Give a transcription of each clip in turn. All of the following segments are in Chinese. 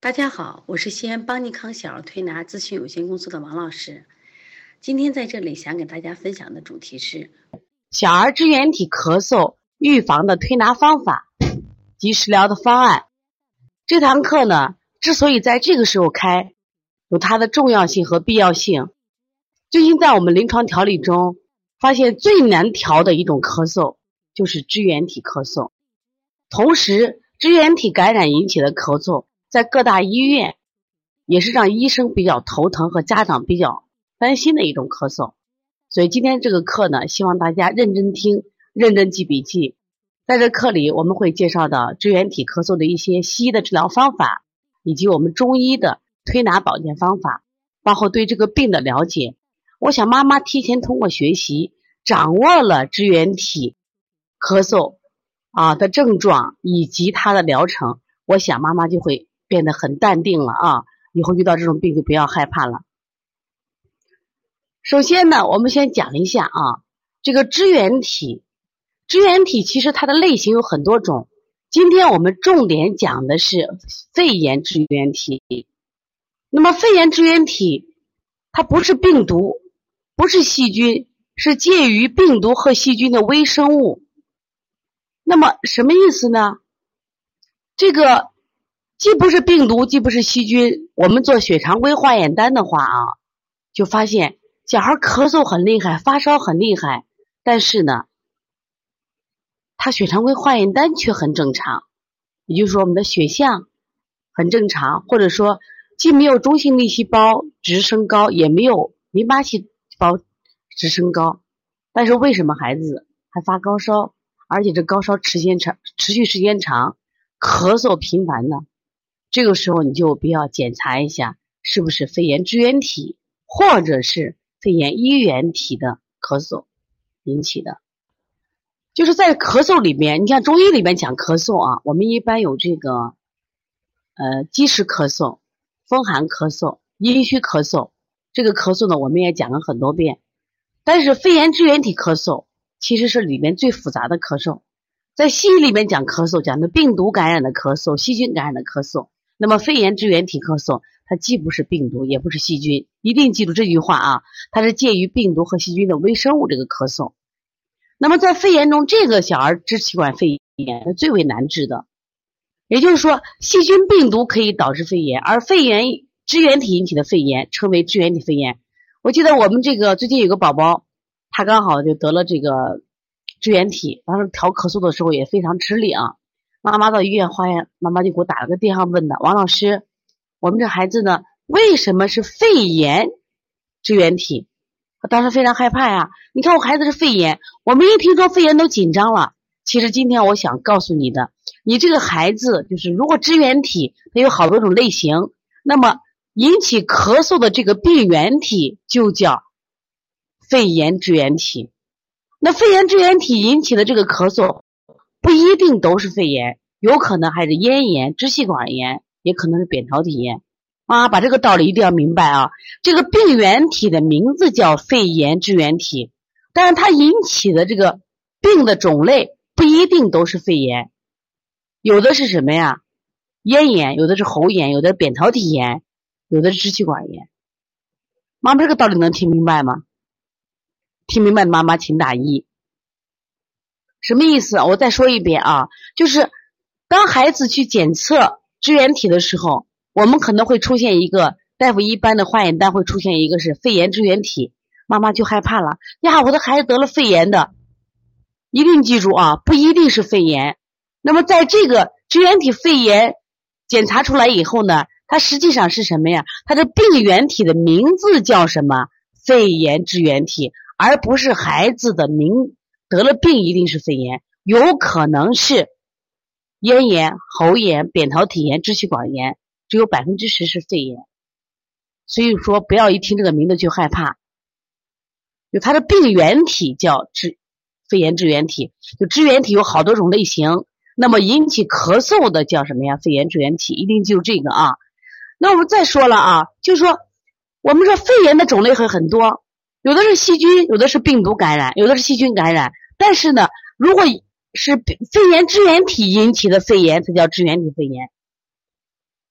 大家好，我是西安邦尼康小儿推拿咨询有限公司的王老师。今天在这里想给大家分享的主题是小儿支原体咳嗽预防的推拿方法及食疗的方案。这堂课呢，之所以在这个时候开，有它的重要性和必要性。最近在我们临床调理中，发现最难调的一种咳嗽就是支原体咳嗽。同时，支原体感染引起的咳嗽，在各大医院也是让医生比较头疼和家长比较担心的一种咳嗽。所以今天这个课呢，希望大家认真听，认真记笔记。在这课里，我们会介绍到支原体咳嗽的一些西医的治疗方法，以及我们中医的推拿保健方法，包括对这个病的了解。我想妈妈提前通过学习，掌握了支原体咳嗽的症状以及它的疗程，我想妈妈就会变得很淡定了啊！以后遇到这种病就不要害怕了。首先呢，我们先讲一下这个支原体。支原体其实它的类型有很多种，今天我们重点讲的是肺炎支原体。那么肺炎支原体它不是病毒，不是细菌，是介于病毒和细菌的微生物。那么什么意思呢？这个既不是病毒，既不是细菌，我们做血常规化验单的话就发现小孩咳嗽很厉害，发烧很厉害，但是呢，他血常规化验单却很正常，也就是说我们的血象很正常，或者说既没有中性粒细胞值升高，也没有淋巴细胞值升高，但是为什么孩子还发高烧，而且这高烧持续时间长，咳嗽频繁呢？这个时候你就必要检查一下是不是肺炎支原体或者是肺炎衣原体的咳嗽引起的。就是在咳嗽里面，你像中医里面讲咳嗽我们一般有这个积食咳嗽、风寒咳嗽、阴虚咳嗽。这个咳嗽呢，我们也讲了很多遍。但是肺炎支原体咳嗽其实是里面最复杂的咳嗽。在西医里面讲咳嗽，讲的病毒感染的咳嗽、细菌感染的咳嗽。那么肺炎支原体咳嗽，它既不是病毒，也不是细菌，一定记住这句话它是介于病毒和细菌的微生物这个咳嗽。那么在肺炎中，这个小儿支气管肺炎是最为难治的。也就是说，细菌病毒可以导致肺炎，而肺炎支原体引起的肺炎称为支原体肺炎。我记得我们这个最近有个宝宝，他刚好就得了这个支原体，当时调咳嗽的时候也非常吃力妈妈到医院化验，妈妈就给我打了个电话问的，王老师，我们这孩子呢，为什么是肺炎支原体？我当时非常害怕你看我孩子是肺炎，我们一听说肺炎都紧张了。其实今天我想告诉你的，你这个孩子就是如果支原体它有好多种类型，那么引起咳嗽的这个病原体就叫肺炎支原体。那肺炎支原体引起的这个咳嗽不一定都是肺炎，有可能还是咽炎、支气管炎，也可能是扁桃体炎把这个道理一定要明白这个病原体的名字叫肺炎支原体，但是它引起的这个病的种类不一定都是肺炎，有的是什么呀？咽炎，有的是喉炎，有的是扁桃体炎，有的是支气管炎。妈妈这个道理能听明白吗？听明白的妈妈请打一。什么意思？我再说一遍就是当孩子去检测支原体的时候，我们可能会出现一个大夫一般的化验单会出现一个是肺炎支原体，妈妈就害怕了我的孩子得了肺炎的。一定记住不一定是肺炎。那么在这个支原体肺炎检查出来以后呢，它实际上是什么呀？它的病原体的名字叫什么？肺炎支原体，而不是孩子的得了病一定是肺炎，有可能是咽炎、喉炎、扁桃体炎、支气管炎，只有 10% 是肺炎。所以说不要一听这个名字就害怕，就它的病原体叫肺炎支原体，就支原体有好多种类型，那么引起咳嗽的叫什么呀？肺炎支原体，一定记住这个那我们再说了就是说我们说肺炎的种类很多，有的是细菌，有的是病毒感染，有的是细菌感染，但是呢，如果是肺炎支原体引起的肺炎，它叫支原体肺炎。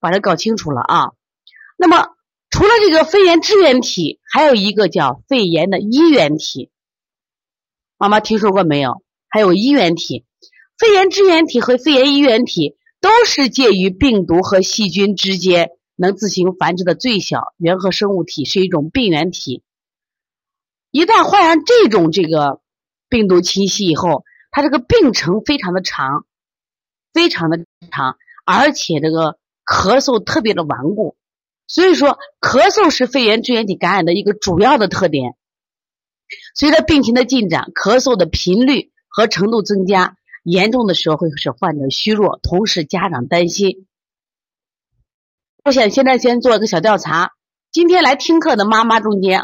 把它搞清楚了啊。那么除了这个肺炎支原体，还有一个叫肺炎的衣原体，妈妈听说过没有？还有衣原体。肺炎支原体和肺炎衣原体都是介于病毒和细菌之间能自行繁殖的最小原核生物体，是一种病原体。一旦患上这种病毒侵袭以后，它这个病程非常的长，非常的长，而且这个咳嗽特别的顽固。所以说咳嗽是肺炎支原体感染的一个主要的特点。随着病情的进展，咳嗽的频率和程度增加，严重的时候会使患者虚弱，同时家长担心。我想现在先做一个小调查，今天来听课的妈妈中间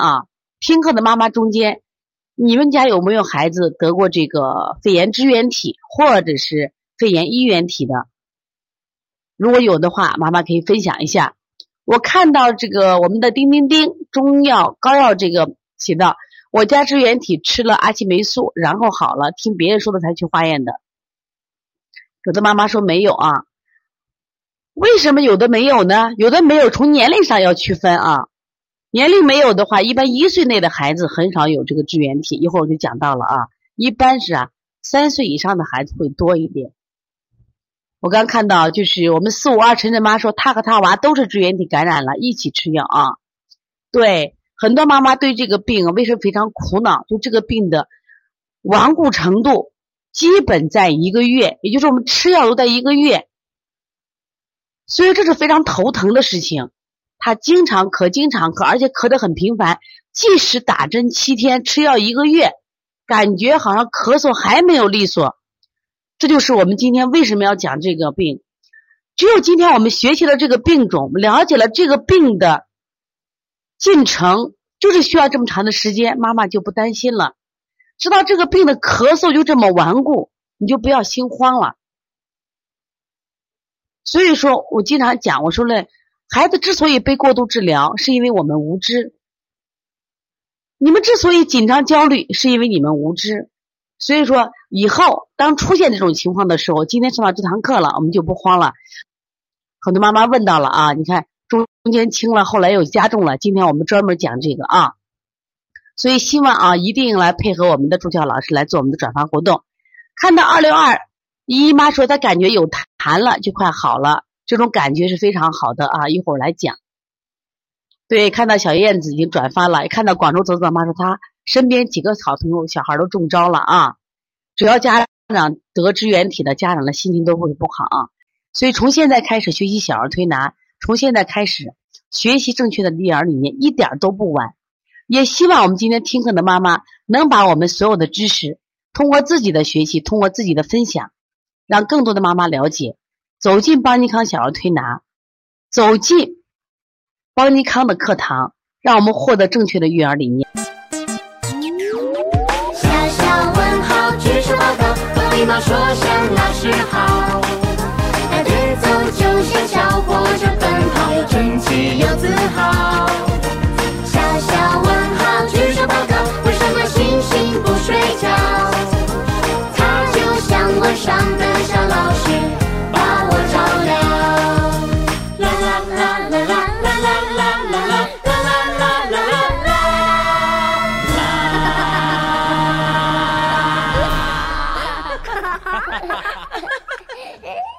你们家有没有孩子得过这个肺炎支原体或者是肺炎衣原体的？如果有的话，妈妈可以分享一下。我看到我们的叮叮叮中药膏药写到，我家支原体吃了阿奇霉素然后好了，听别人说的才去化验的。有的妈妈说没有啊，为什么有的没有呢？有的没有，从年龄上要区分啊。年龄没有的话，一般1岁内的孩子很少有这个支原体，一会儿我就讲到了啊。一般是3岁以上的孩子会多一点。我刚看到就是我们452陈陈妈说她和她娃都是支原体感染了，一起吃药啊。对，很多妈妈对这个病为什么非常苦恼，就这个病的顽固程度基本在1个月，也就是我们吃药都在1个月，所以这是非常头疼的事情。他经常咳，而且咳得很频繁，即使打针7天吃药1个月，感觉好像咳嗽还没有利索。这就是我们今天为什么要讲这个病。只有今天我们学习了这个病种，了解了这个病的进程，就是需要这么长的时间，妈妈就不担心了。知道这个病的咳嗽就这么顽固，你就不要心慌了。所以说我经常讲，我说了，孩子之所以被过度治疗，是因为我们无知。你们之所以紧张焦虑，是因为你们无知。所以说以后当出现这种情况的时候，今天上到这堂课了，我们就不慌了。很多妈妈问到了啊，你看中间轻了，后来又加重了，今天我们专门讲这个啊。所以希望一定来配合我们的助教老师来做我们的转发活动。看到262姨妈说她感觉有痰了，就快好了，这种感觉是非常好的啊，一会儿来讲。对，看到小燕子已经转发了，也看到广州走走妈说她身边几个好朋友小孩都中招了啊。只要家长得支原体的家长的心情都会不好啊。所以从现在开始学习小儿推拿，从现在开始学习正确的育儿理念，一点都不晚。也希望我们今天听课的妈妈能把我们所有的知识通过自己的学习，通过自己的分享，让更多的妈妈了解，走进邦尼康小儿推拿，走进邦尼康的课堂，让我们获得正确的育儿理念。 小小问号举手报告，和礼貌说声老师好。带着走就像小火车奔跑，有争气有自豪。小小问号举手报告，为什么星星不睡觉？它就像晚上的小老师，把我照亮。啦啦啦啦啦啦啦啦啦啦啦啦啦啦。